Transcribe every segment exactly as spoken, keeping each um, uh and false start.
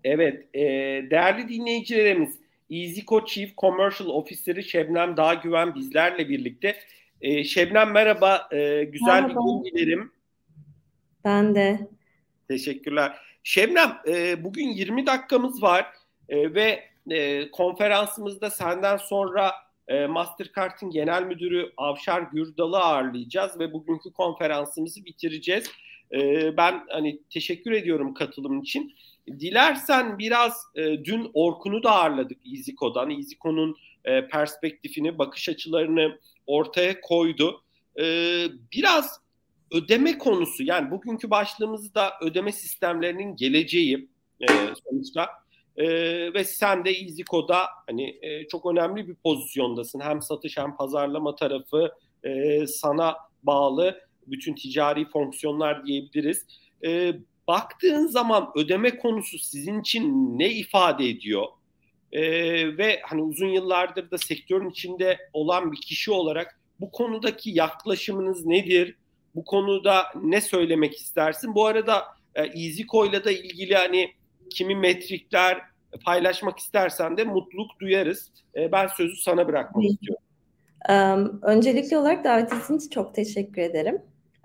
Evet, e, değerli dinleyicilerimiz, EasyCo Chief Commercial Officer'ı Şebnem Dağgüven bizlerle birlikte. E, Şebnem merhaba, e, güzel bir Merhaba. gün dilerim. Ben de. Teşekkürler. Şebnem, e, bugün yirmi dakikamız var e, ve e, konferansımızda senden sonra e, Mastercard'ın genel müdürü Avşar Gürdal'ı ağırlayacağız ve bugünkü konferansımızı bitireceğiz. E, ben hani teşekkür ediyorum katılım için. Dilersen biraz e, dün Orkun'u da ağırladık EasyCo'dan. EasyCo'nun e, perspektifini, bakış açılarını ortaya koydu. E, biraz ödeme konusu, yani bugünkü başlığımız da ödeme sistemlerinin geleceği e, sonuçta. E, ve sen de EasyCo'da hani e, çok önemli bir pozisyondasın. Hem satış hem pazarlama tarafı e, sana bağlı bütün ticari fonksiyonlar diyebiliriz. E, baktığın zaman ödeme konusu sizin için ne ifade ediyor? E, ve hani uzun yıllardır da sektörün içinde olan bir kişi olarak bu konudaki yaklaşımınız nedir? Bu konuda ne söylemek istersin? Bu arada e, EasyCo'yla da ilgili hani kimi metrikler paylaşmak istersen de mutluluk duyarız. E, ben sözü sana bırakmak istiyorum. Um, öncelikli olarak davetiniz için çok teşekkür ederim.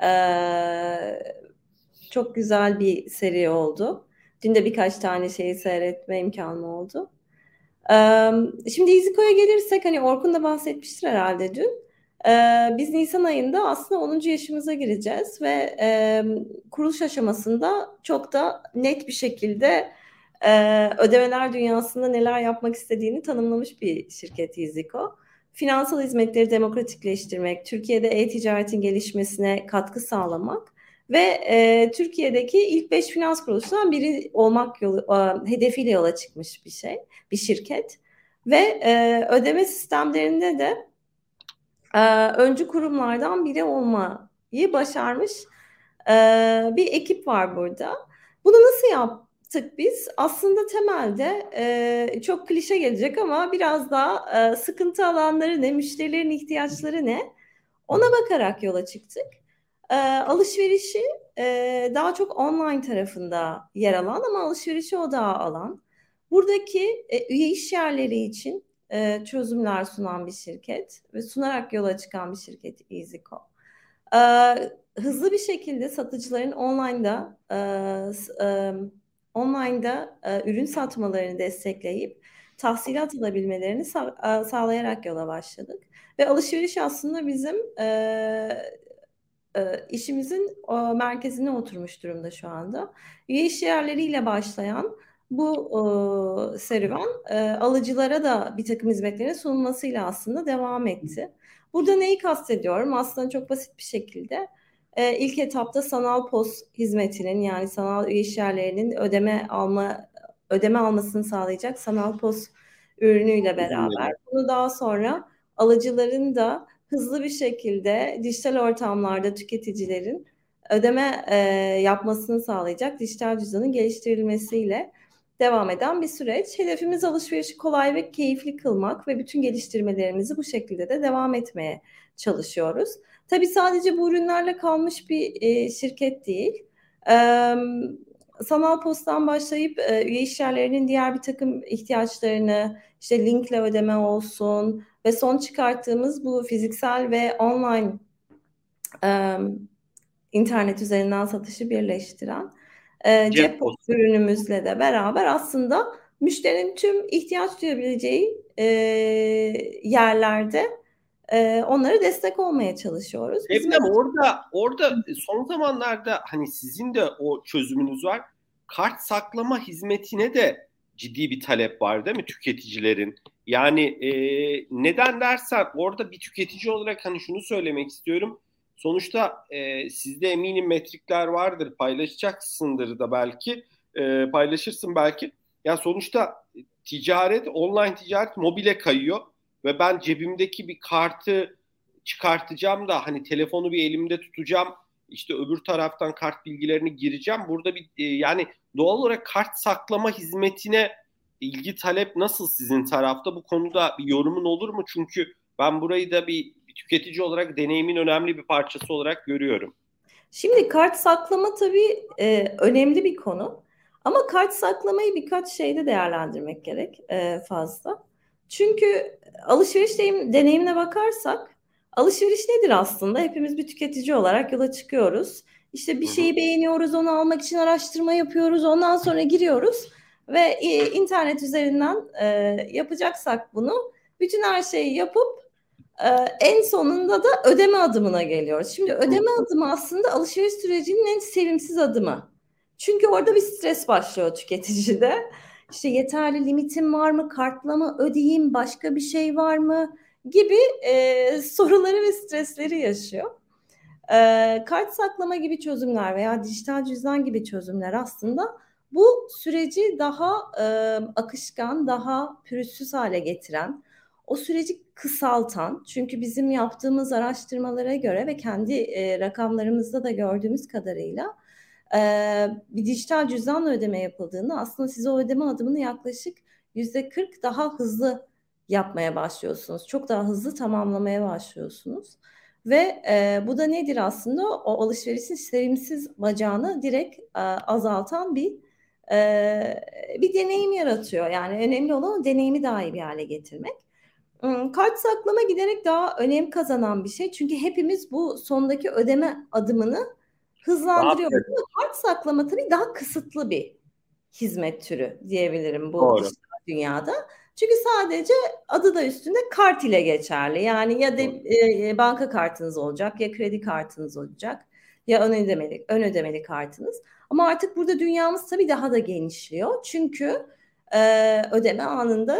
Ee, çok güzel bir seri oldu. Dün de birkaç tane şeyi seyretme imkanı oldu. Ee, şimdi EasyCo'ya gelirsek, hani Orkun da bahsetmiştir herhalde dün. Ee, biz Nisan ayında aslında onuncu yaşımıza gireceğiz ve e, kuruluş aşamasında çok da net bir şekilde e, ödemeler dünyasında neler yapmak istediğini tanımlamış bir şirket EasyCo. Finansal hizmetleri demokratikleştirmek, Türkiye'de e-ticaretin gelişmesine katkı sağlamak ve e, Türkiye'deki ilk beş finans kuruluşundan biri olmak yolu, e, hedefiyle yola çıkmış bir şey, bir şirket. Ve e, ödeme sistemlerinde de e, öncü kurumlardan biri olmayı başarmış e, bir ekip var burada. Bunu nasıl yaptık biz? Aslında temelde e, çok klişe gelecek ama biraz daha e, sıkıntı alanları ne, müşterilerin ihtiyaçları ne? Ona bakarak yola çıktık. E, alışverişi e, daha çok online tarafında yer alan ama alışverişi odağa alan. Buradaki e, üye iş yerleri için e, çözümler sunan bir şirket ve sunarak yola çıkan bir şirket EasyCo. E, hızlı bir şekilde satıcıların online'da e, e, online'da e, ürün satmalarını destekleyip tahsilat alabilmelerini sağ, e, sağlayarak yola başladık. Ve alışveriş aslında bizim e, e, işimizin o, merkezine oturmuş durumda şu anda. Üye iş yerleriyle başlayan bu e, serüven e, alıcılara da bir takım hizmetlerin sunulmasıyla aslında devam etti. Burada neyi kastediyorum? Aslında çok basit bir şekilde e, ilk etapta sanal pos hizmetinin, yani sanal üye iş yerlerinin ödeme alma ödeme almasını sağlayacak sanal pos ürünüyle beraber bunu daha sonra alıcıların da hızlı bir şekilde dijital ortamlarda tüketicilerin ödeme e, yapmasını sağlayacak dijital cüzdanın geliştirilmesiyle devam eden bir süreç. Hedefimiz alışverişi kolay ve keyifli kılmak ve bütün geliştirmelerimizi bu şekilde de devam etmeye çalışıyoruz. Tabii sadece bu ürünlerle kalmış bir e, şirket değil. E, sanal posttan başlayıp e, üye işyerlerinin diğer bir takım ihtiyaçlarını, işte linkle ödeme olsun ve son çıkarttığımız bu fiziksel ve online e, internet üzerinden satışı birleştiren e, Cep cep postu. ürünümüzle de beraber aslında müşterinin tüm ihtiyaç duyabileceği e, yerlerde e, onlara destek olmaya çalışıyoruz. Bizim Şebnem, orada orada son zamanlarda hani sizin de o çözümünüz var. Kart saklama hizmetine de ciddi bir talep var değil mi tüketicilerin? Yani e, neden dersen orada bir tüketici olarak hani şunu söylemek istiyorum. Sonuçta e, sizde eminim metrikler vardır, paylaşacaksındır da belki, e, paylaşırsın belki. Yani sonuçta ticaret, online ticaret mobile kayıyor ve ben cebimdeki bir kartı çıkartacağım da hani telefonu bir elimde tutacağım, işte öbür taraftan kart bilgilerini gireceğim. Burada bir e, yani doğal olarak kart saklama hizmetine ilgi talep nasıl sizin tarafta? Bu konuda bir yorumun olur mu? Çünkü ben burayı da bir, bir tüketici olarak deneyimin önemli bir parçası olarak görüyorum. Şimdi kart saklama tabii e, önemli bir konu. Ama kart saklamayı birkaç şeyde değerlendirmek gerek e, fazla. Çünkü alışveriş deyim, deneyimine bakarsak alışveriş nedir aslında? Hepimiz bir tüketici olarak yola çıkıyoruz. İşte bir Hı hı. şeyi beğeniyoruz, onu almak için araştırma yapıyoruz. Ondan sonra giriyoruz ve e, internet üzerinden e, yapacaksak bunu bütün her şeyi yapıp e, en sonunda da ödeme adımına geliyoruz. Şimdi ödeme adımı aslında alışveriş sürecinin en sevimsiz adımı. Çünkü orada bir stres başlıyor tüketicide. İşte yeterli limitim var mı, kartla mı ödeyeyim, başka bir şey var mı gibi e, soruları ve stresleri yaşıyor. E, kart saklama gibi çözümler veya dijital cüzdan gibi çözümler aslında bu süreci daha e, akışkan, daha pürüzsüz hale getiren, o süreci kısaltan, çünkü bizim yaptığımız araştırmalara göre ve kendi e, rakamlarımızda da gördüğümüz kadarıyla e, bir dijital cüzdanla ödeme yapıldığında aslında siz o ödeme adımını yaklaşık yüzde kırk daha hızlı yapmaya başlıyorsunuz. Çok daha hızlı tamamlamaya başlıyorsunuz. Ve e, bu da nedir aslında? O alışverişin sevimsiz bacağını direkt e, azaltan bir e, bir deneyim yaratıyor. Yani önemli olan o deneyimi daha iyi bir hale getirmek. Hmm, Kart saklama giderek daha önem kazanan bir şey. Çünkü hepimiz bu sondaki ödeme adımını Daha hızlandırıyoruz. pratik. Ama kart saklama tabii daha kısıtlı bir hizmet türü diyebilirim bu Doğru. dijital dünyada. Çünkü sadece adı da üstünde kart ile geçerli. Yani ya de Doğru. e, banka kartınız olacak, ya kredi kartınız olacak, ya ön ödemeli ön ödemeli kartınız. Ama artık burada dünyamız tabii daha da genişliyor. Çünkü e, ödeme anında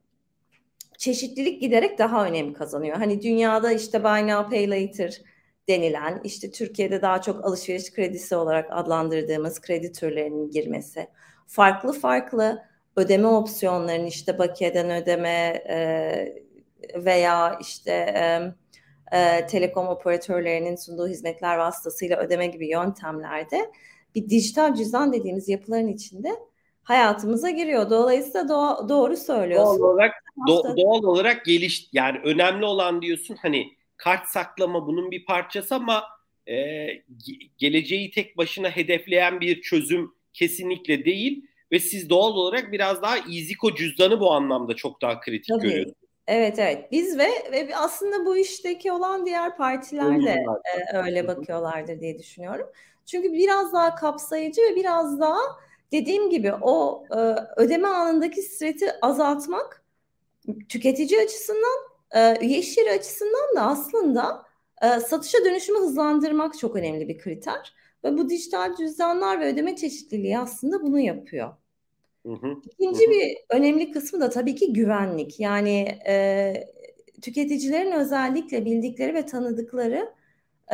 çeşitlilik giderek daha önem kazanıyor. Hani dünyada işte buy now pay later denilen, işte Türkiye'de daha çok alışveriş kredisi olarak adlandırdığımız kredi türlerinin girmesi, farklı farklı ödeme opsiyonlarının, işte bakiyeden ödeme e, veya işte e, e, telekom operatörlerinin sunduğu hizmetler vasıtasıyla ödeme gibi yöntemlerde bir dijital cüzdan dediğimiz yapıların içinde hayatımıza giriyor. Dolayısıyla do- doğru Doğal söylüyorsun. olarak do- Hafta doğal olarak geliş, yani önemli olan diyorsun hani kart saklama bunun bir parçası ama e, ge- geleceği tek başına hedefleyen bir çözüm kesinlikle değil ve siz doğal olarak biraz daha iziko cüzdanı bu anlamda çok daha kritik tabii. görüyorsunuz. Evet, evet. Biz ve ve aslında bu işteki olan diğer partiler de Oyuncular. e, öyle bakıyorlardır diye düşünüyorum. Çünkü biraz daha kapsayıcı ve biraz daha dediğim gibi o e, ödeme anındaki stresi azaltmak tüketici açısından, e, üye iş yeri açısından da aslında e, satışa dönüşümü hızlandırmak çok önemli bir kriter. Ve bu dijital cüzdanlar ve ödeme çeşitliliği aslında bunu yapıyor. Hı hı, hı İkinci hı. bir önemli kısmı da tabii ki güvenlik. Yani e, tüketicilerin özellikle bildikleri ve tanıdıkları e,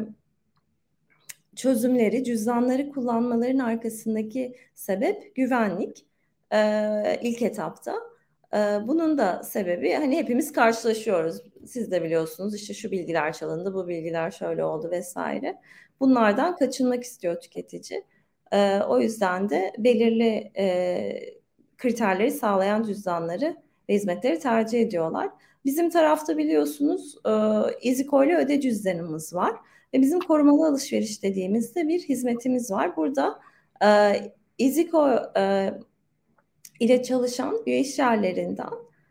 çözümleri, cüzdanları kullanmaların arkasındaki sebep güvenlik e, ilk etapta. E, bunun da sebebi hani hepimiz karşılaşıyoruz. Siz de biliyorsunuz işte şu bilgiler çalındı, bu bilgiler şöyle oldu vesaire. Bunlardan kaçınmak istiyor tüketici. E, o yüzden de belirli e, kriterleri sağlayan cüzdanları ve hizmetleri tercih ediyorlar. Bizim tarafta biliyorsunuz e, EasyCo ile öde cüzdanımız var. Ve bizim korumalı alışveriş dediğimizde bir hizmetimiz var. Burada e, EasyCo e, ile çalışan üye işyerlerinden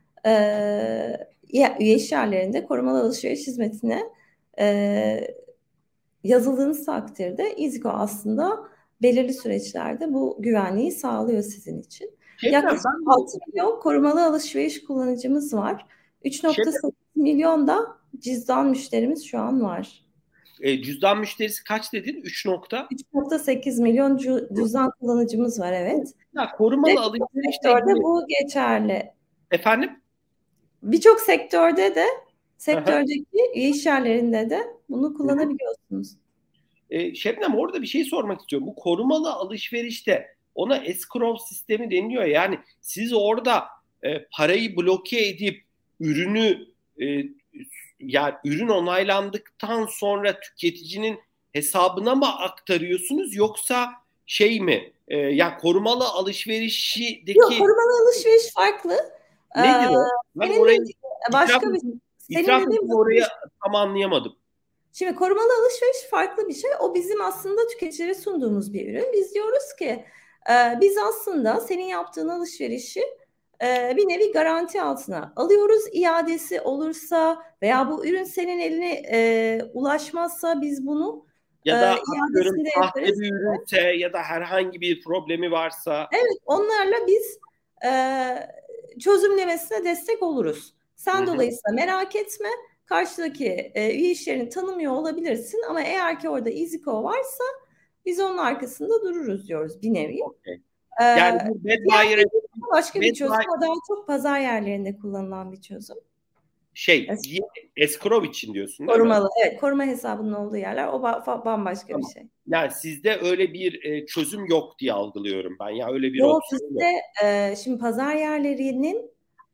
e, üye işyerlerinde korumalı alışveriş hizmetine e, yazıldığınız takdirde EasyCo aslında belirli süreçlerde bu güvenliği sağlıyor sizin için. Şebnem Yaklaşık ben bu altı milyon korumalı alışveriş kullanıcımız var. Şebnem, üç nokta sekiz milyon da cüzdan müşterimiz şu an var. e, cüzdan müşterisi kaç dedin? üç nokta. üç nokta sekiz milyon cü- cüzdan kullanıcımız var, evet. Ya Ve korumalı birçok alışverişle sektörde ilgili bu geçerli. efendim? Birçok sektörde de Hı hı, sektördeki iş yerlerinde de bunu hı hı. kullanabiliyorsunuz. E, Şebnem orada bir şey sormak istiyorum. Bu korumalı alışverişte ona escrow sistemi deniliyor. Yani siz orada e, parayı bloke edip ürünü e, yani ürün onaylandıktan sonra tüketicinin hesabına mı aktarıyorsunuz yoksa şey mi? E, yani korumalı Yok, alışverişdeki korumalı alışveriş farklı. Ee, nedir o? Ben senin orayı dediğin itiraf başka bir edeyim, senin itiraf dediğin edeyim başka bir orayı şey. tam anlayamadım. Şimdi korumalı alışveriş farklı bir şey. O bizim aslında tüketicilere sunduğumuz bir ürün. Biz diyoruz ki Ee, biz aslında senin yaptığın alışverişi e, bir nevi garanti altına alıyoruz. İadesi olursa veya bu ürün senin eline e, ulaşmazsa biz bunu e, Ya da atıyorum iadesini de sahte yaparız. bir ürünse ya da herhangi bir problemi varsa. Evet, onlarla biz e, çözümlemesine destek oluruz. Hı Sen hı. dolayısıyla merak etme, karşıdaki e, üye işlerini tanımıyor olabilirsin ama eğer ki orada iziko varsa biz onun arkasında dururuz diyoruz bir nevi. Okay. Ee, Yani bu bad diğer buyer, bir başka bir bad çözüm. buyer O daha çok pazar yerlerinde kullanılan bir çözüm. şey Es- escrow için diyorsun değil mi? Korumalı, evet, koruma hesabının olduğu yerler o ba- bambaşka bir Tamam. şey. Yani sizde öyle bir e, çözüm yok diye algılıyorum ben. Ya öyle bir Yok, opsiyon yok. bizde e, şimdi pazar yerlerinin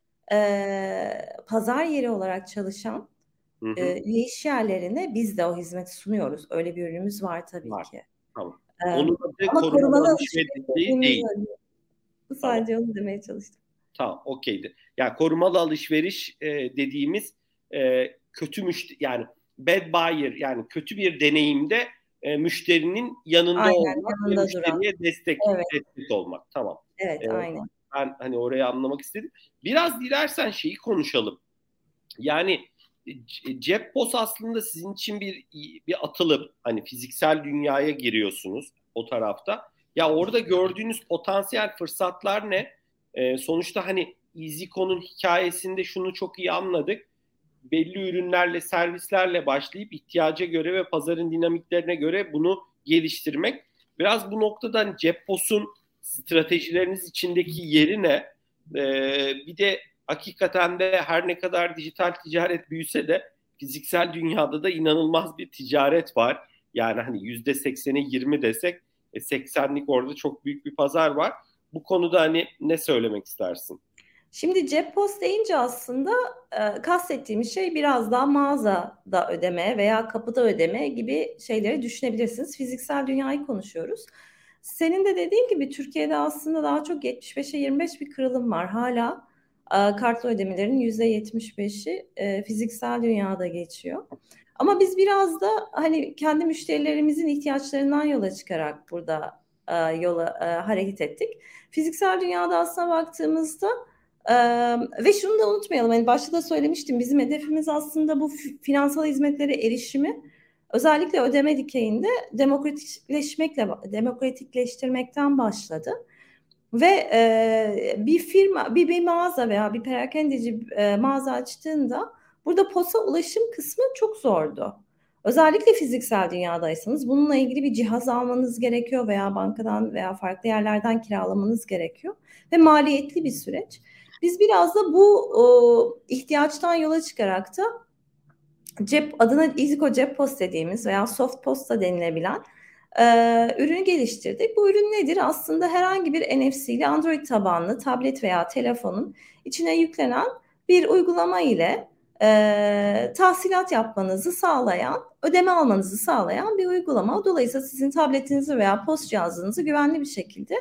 e, pazar yeri olarak çalışan Hı hı. e, üye iş yerlerine biz de o hizmeti sunuyoruz. Öyle bir ürünümüz var tabii Var. ki. Tamam. E, Onun adı ama korumalı korumalı alışveriş alışveriş dediğimiz değil. öyle. Bu Tamam. sadece onu demeye çalıştım. Tamam. Okeydi. Yani korumalı alışveriş e, dediğimiz e, kötü müşteri, yani bad buyer, yani kötü bir deneyimde e, müşterinin yanında Aynen, olmak ve yanında duran. müşteriye destek Evet, destek olmak. Tamam. evet, E, aynen. ben hani orayı anlamak istedim. Biraz dilersen şeyi konuşalım. Yani c- cep pos aslında sizin için bir bir atılım. Hani fiziksel dünyaya giriyorsunuz o tarafta. Ya orada gördüğünüz potansiyel fırsatlar ne? Ee, sonuçta hani EasyCo'nun hikayesinde şunu çok iyi anladık. Belli ürünlerle, servislerle başlayıp ihtiyaca göre ve pazarın dinamiklerine göre bunu geliştirmek. Biraz bu noktadan cep posun stratejileriniz içindeki yeri ne? Ee, bir de hakikaten de her ne kadar dijital ticaret büyüse de fiziksel dünyada da inanılmaz bir ticaret var. Yani hani yüzde sekseni yirmi desek e, seksenlik orada çok büyük bir pazar var. Bu konuda hani ne söylemek istersin? Şimdi cep post deyince aslında e, kastettiğimiz şey biraz daha mağazada ödeme veya kapıda ödeme gibi şeyleri düşünebilirsiniz. Fiziksel dünyayı konuşuyoruz. Senin de dediğin gibi Türkiye'de aslında daha çok yetmiş beşe yirmi beş bir kırılım var. Hala e, kartlı ödemelerin yüzde yetmiş beşi e, fiziksel dünyada geçiyor. Ama biz biraz da hani kendi müşterilerimizin ihtiyaçlarından yola çıkarak burada e, yola e, hareket ettik. Fiziksel dünyada aslına baktığımızda ee, ve şunu da unutmayalım, hani başta da söylemiştim, bizim hedefimiz aslında bu finansal hizmetlere erişimi özellikle ödeme dikeyinde demokratikleşmekle demokratikleştirmekten başladı. Ve e, bir firma, bir, bir mağaza veya bir perakendeci e, mağaza açtığında burada posa ulaşım kısmı çok zordu. Özellikle fiziksel dünyadaysanız bununla ilgili bir cihaz almanız gerekiyor veya bankadan veya farklı yerlerden kiralamanız gerekiyor ve maliyetli bir süreç. Biz biraz da bu o, ihtiyaçtan yola çıkarak da cep adına EasyCo Cep Post dediğimiz veya Soft Posta denilebilen e, ürünü geliştirdik. Bu ürün nedir? Aslında herhangi bir N F C ile Android tabanlı tablet veya telefonun içine yüklenen bir uygulama ile e, tahsilat yapmanızı sağlayan, ödeme almanızı sağlayan bir uygulama. Dolayısıyla sizin tabletinizi veya post cihazınızı güvenli bir şekilde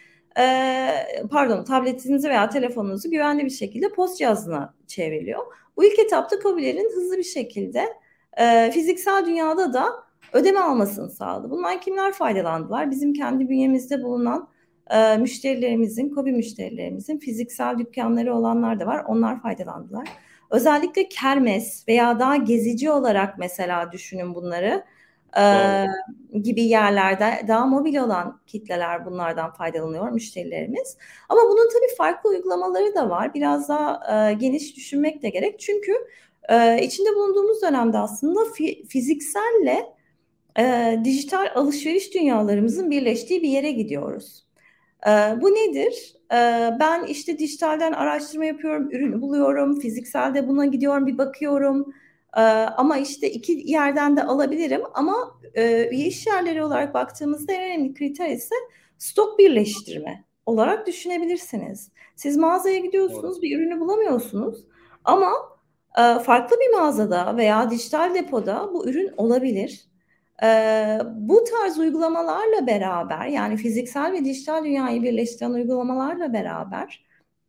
e, pardon tabletinizi veya telefonunuzu güvenli bir şekilde post cihazına çevriliyor. Bu ilk etapta KOBİ'lerin hızlı bir şekilde e, fiziksel dünyada da ödeme almasını sağladı. Bundan kimler faydalandılar? Bizim kendi bünyemizde bulunan e, müşterilerimizin, KOBİ müşterilerimizin fiziksel dükkanları olanlar da var. Onlar faydalandılar. Özellikle kermes veya daha gezici olarak mesela düşünün bunları. Ee, gibi yerlerde daha mobil olan kitleler bunlardan faydalanıyor, müşterilerimiz. Ama bunun tabii farklı uygulamaları da var. Biraz daha e, geniş düşünmek de gerek. Çünkü e, içinde bulunduğumuz dönemde aslında fi- fizikselle e, dijital alışveriş dünyalarımızın birleştiği bir yere gidiyoruz. E, bu nedir? E, ben işte dijitalden araştırma yapıyorum, ürünü buluyorum, fizikselde buna gidiyorum, bir bakıyorum. Ee, ama işte iki yerden de alabilirim ama e, üye iş yerleri olarak baktığımızda en önemli kriter ise stok birleştirme olarak düşünebilirsiniz. Siz mağazaya Doğru. gidiyorsunuz, bir ürünü bulamıyorsunuz ama e, farklı bir mağazada veya dijital depoda bu ürün olabilir. E, bu tarz uygulamalarla beraber, yani fiziksel ve dijital dünyayı birleştiren uygulamalarla beraber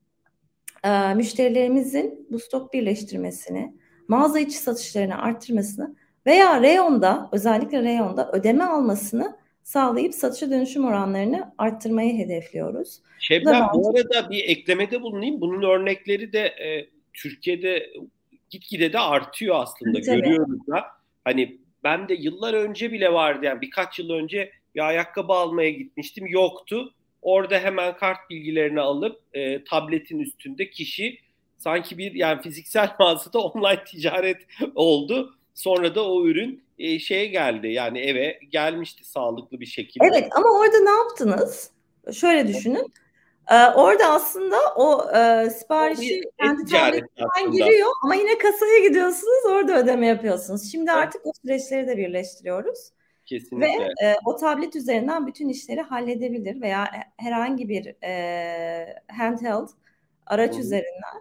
e, müşterilerimizin bu stok birleştirmesini, mağaza içi satışlarını arttırmasını veya reyonda, özellikle reyonda ödeme almasını sağlayıp satışa dönüşüm oranlarını arttırmayı hedefliyoruz. Şebnem, bu arada bir eklemede bulunayım. Bunun örnekleri de e, Türkiye'de gitgide de artıyor aslında. Tabii. Görüyoruz da. Hani ben de yıllar önce bile vardı, yani birkaç yıl önce bir ayakkabı almaya gitmiştim. Yoktu. Orada hemen kart bilgilerini alıp e, tabletin üstünde kişi sanki bir, yani fiziksel mağazada online ticaret oldu. Sonra da o ürün e, şeye geldi, yani eve gelmişti sağlıklı bir şekilde. Evet, ama orada ne yaptınız? Şöyle düşünün. Ee, orada aslında o e, siparişi kendi tabletinden giriyor ama yine kasaya gidiyorsunuz, orada ödeme yapıyorsunuz. Şimdi evet, artık o süreçleri de birleştiriyoruz. Kesinlikle. Ve e, o tablet üzerinden bütün işleri halledebilir veya herhangi bir e, handheld araç Hı. üzerinden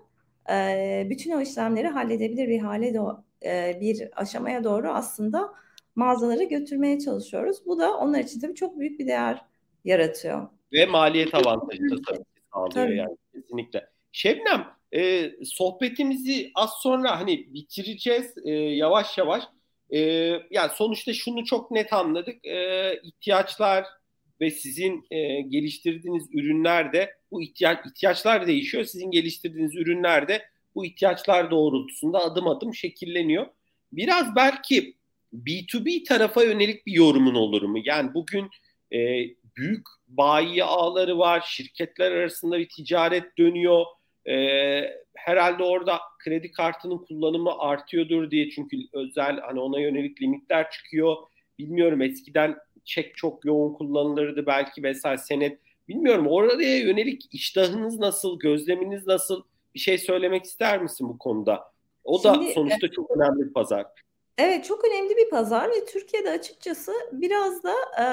e, bütün o işlemleri halledebilir bir hale do- e, bir aşamaya doğru aslında mağazaları götürmeye çalışıyoruz. Bu da onlar için tabii çok büyük bir değer yaratıyor. Ve maliyet avantajı da tabii sağlıyor tabii. Yani kesinlikle. Şebnem, e, sohbetimizi az sonra hani bitireceğiz e, yavaş yavaş. E, yani sonuçta şunu çok net anladık. E, ihtiyaçlar ve sizin e, geliştirdiğiniz ürünler de bu ihtiyaç ihtiyaçlar değişiyor. Sizin geliştirdiğiniz ürünler de bu ihtiyaçlar doğrultusunda adım adım şekilleniyor. Biraz belki B iki B tarafa yönelik bir yorumun olur mu? Yani bugün e, büyük bayi ağları var, şirketler arasında bir ticaret dönüyor. Ee, herhalde orada kredi kartının kullanımı artıyordur diye, çünkü özel hani ona yönelik limitler çıkıyor. Bilmiyorum, eskiden çek çok yoğun kullanılırdı belki vesaire, senet. Bilmiyorum, oraya yönelik iştahınız nasıl, gözleminiz nasıl? Bir şey söylemek ister misin bu konuda? O Şimdi, da sonuçta çok önemli bir pazar. Evet, çok önemli bir pazar ve Türkiye'de açıkçası biraz da e,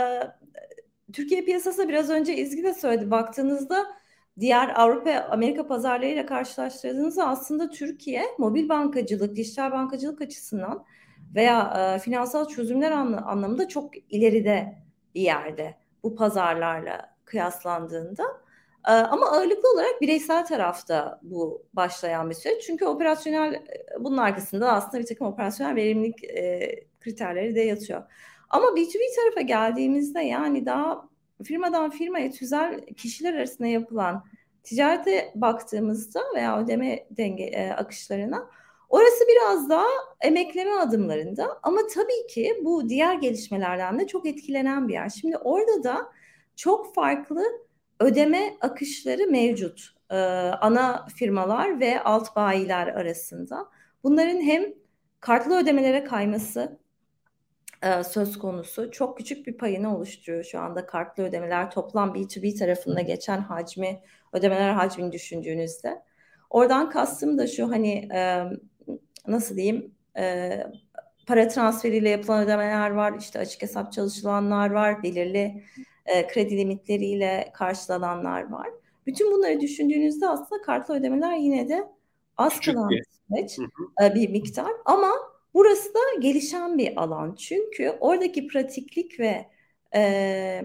Türkiye piyasası, biraz önce İzgi de söyledi, baktığınızda diğer Avrupa, Amerika pazarlarıyla karşılaştırdığınızda aslında Türkiye mobil bankacılık, dijital bankacılık açısından veya e, finansal çözümler anla, anlamında çok ileride bir yerde bu pazarlarla kıyaslandığında. E, ama ağırlıklı olarak bireysel tarafta bu başlayan bir süreç. Çünkü operasyonel, bunun arkasında aslında bir takım operasyonel verimlilik e, kriterleri de yatıyor. Ama B iki B tarafa geldiğimizde, yani daha firmadan firmaya, tüzel kişiler arasında yapılan ticarete baktığımızda veya ödeme denge e, akışlarına, orası biraz daha emekleme adımlarında, ama tabii ki bu diğer gelişmelerden de çok etkilenen bir yer. Şimdi orada da çok farklı ödeme akışları mevcut. Ee, ana firmalar ve alt bayiler arasında. Bunların hem kartlı ödemelere kayması e, söz konusu. Çok küçük bir payını oluşturuyor şu anda kartlı ödemeler, toplam B iki B tarafında geçen hacmi, ödemeler hacmini düşündüğünüzde. Oradan kastım da şu, hani e, nasıl diyeyim, e, para transferiyle yapılan ödemeler var, işte açık hesap çalışılanlar var, belirli e, kredi limitleriyle karşılananlar var. Bütün bunları düşündüğünüzde aslında kartlı ödemeler yine de az Küçük kalan bir süreç, e, bir miktar, ama burası da gelişen bir alan. Çünkü oradaki pratiklik ve e,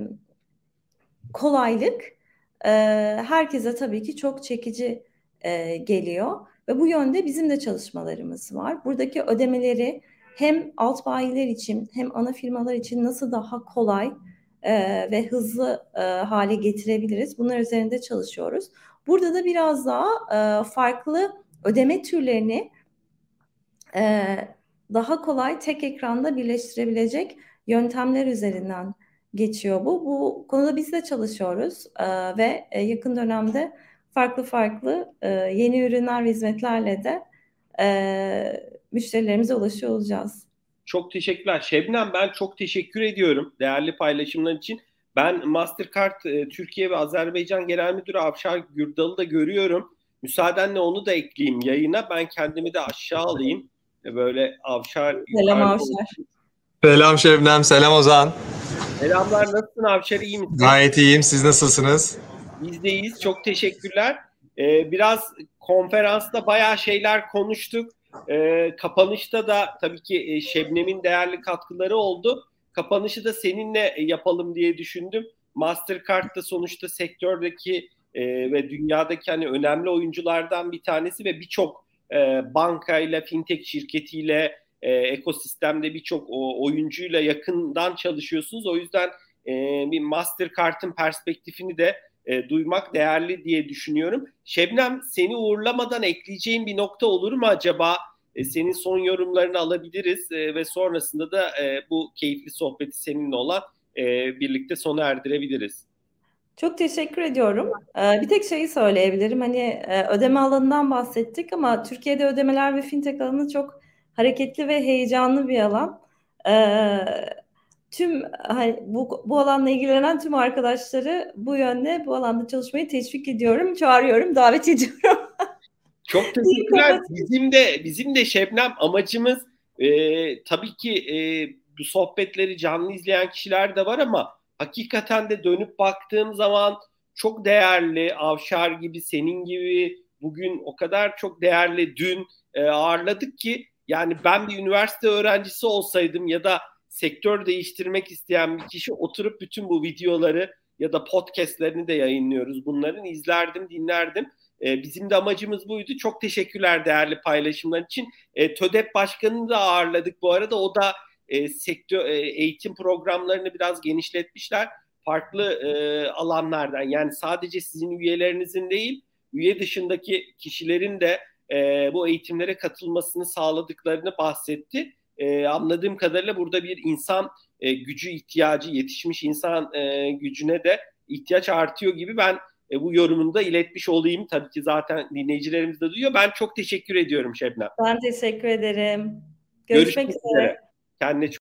kolaylık e, herkese tabii ki çok çekici e, geliyor. Ve bu yönde bizim de çalışmalarımız var. Buradaki ödemeleri hem alt bayiler için hem ana firmalar için nasıl daha kolay e, ve hızlı e, hale getirebiliriz? Bunlar üzerinde çalışıyoruz. Burada da biraz daha e, farklı ödeme türlerini e, daha kolay tek ekranda birleştirebilecek yöntemler üzerinden geçiyor bu. Bu konuda biz de çalışıyoruz e, ve yakın dönemde farklı farklı e, yeni ürünler ve hizmetlerle de e, müşterilerimize ulaşıyor olacağız. Çok teşekkürler. Şebnem, ben çok teşekkür ediyorum değerli paylaşımlar için. Ben Mastercard e, Türkiye ve Azerbaycan Genel Müdürü Avşar Gürdal'ı da görüyorum. Müsaadenle onu da ekleyeyim yayına. Ben kendimi de aşağı alayım. Böyle Avşar. Selam Avşar. Selam Şebnem, selam Ozan. Selamlar, nasılsın Avşar, iyi misin? Gayet iyiyim, siz nasılsınız? Biz de iyiyiz, çok teşekkürler. Ee, biraz konferansta bayağı şeyler konuştuk. Ee, kapanışta da tabii ki Şebnem'in değerli katkıları oldu. Kapanışı da seninle yapalım diye düşündüm. Mastercard da sonuçta sektördeki e, ve dünyadaki hani önemli oyunculardan bir tanesi ve birçok e, bankayla, fintech şirketiyle, e, ekosistemde birçok oyuncuyla yakından çalışıyorsunuz. O yüzden e, bir Mastercard'ın perspektifini de e, duymak değerli diye düşünüyorum. Şebnem, seni uğurlamadan ekleyeceğin bir nokta olur mu acaba? E, senin son yorumlarını alabiliriz e, ve sonrasında da e, bu keyifli sohbeti seninle olan e, birlikte sona erdirebiliriz. Çok teşekkür ediyorum. Ee, bir tek şeyi söyleyebilirim. Hani e, ödeme alanından bahsettik ama Türkiye'de ödemeler ve fintech alanı çok hareketli ve heyecanlı bir alan. Ee, tüm hani bu, bu alanla ilgilenen tüm arkadaşları bu yönde bu alanda çalışmayı teşvik ediyorum, çağırıyorum, davet ediyorum. Çok teşekkürler. Bizim de bizim de Şebnem amacımız e, tabii ki e, bu sohbetleri canlı izleyen kişiler de var ama hakikaten de dönüp baktığım zaman çok değerli Avşar gibi, senin gibi bugün o kadar çok değerli dün e, ağırladık ki yani ben bir üniversite öğrencisi olsaydım ya da sektör değiştirmek isteyen bir kişi oturup bütün bu videoları ya da podcastlerini de yayınlıyoruz. Bunların izlerdim, dinlerdim. Bizim de amacımız buydu. Çok teşekkürler değerli paylaşımlar için. E, TÖDEP Başkanı'nı da ağırladık bu arada. O da e, sektör e, eğitim programlarını biraz genişletmişler. Farklı e, alanlardan, yani sadece sizin üyelerinizin değil, üye dışındaki kişilerin de e, bu eğitimlere katılmasını sağladıklarını bahsetti. E, anladığım kadarıyla burada bir insan e, gücü ihtiyacı, yetişmiş insan e, gücüne de ihtiyaç artıyor gibi. Ben E, bu yorumunu da iletmiş olayım. Tabii ki zaten dinleyicilerimiz de duyuyor. Ben çok teşekkür ediyorum Şebnem. Ben teşekkür ederim. Görüşmek, Görüşmek üzere. üzere. Kendine çok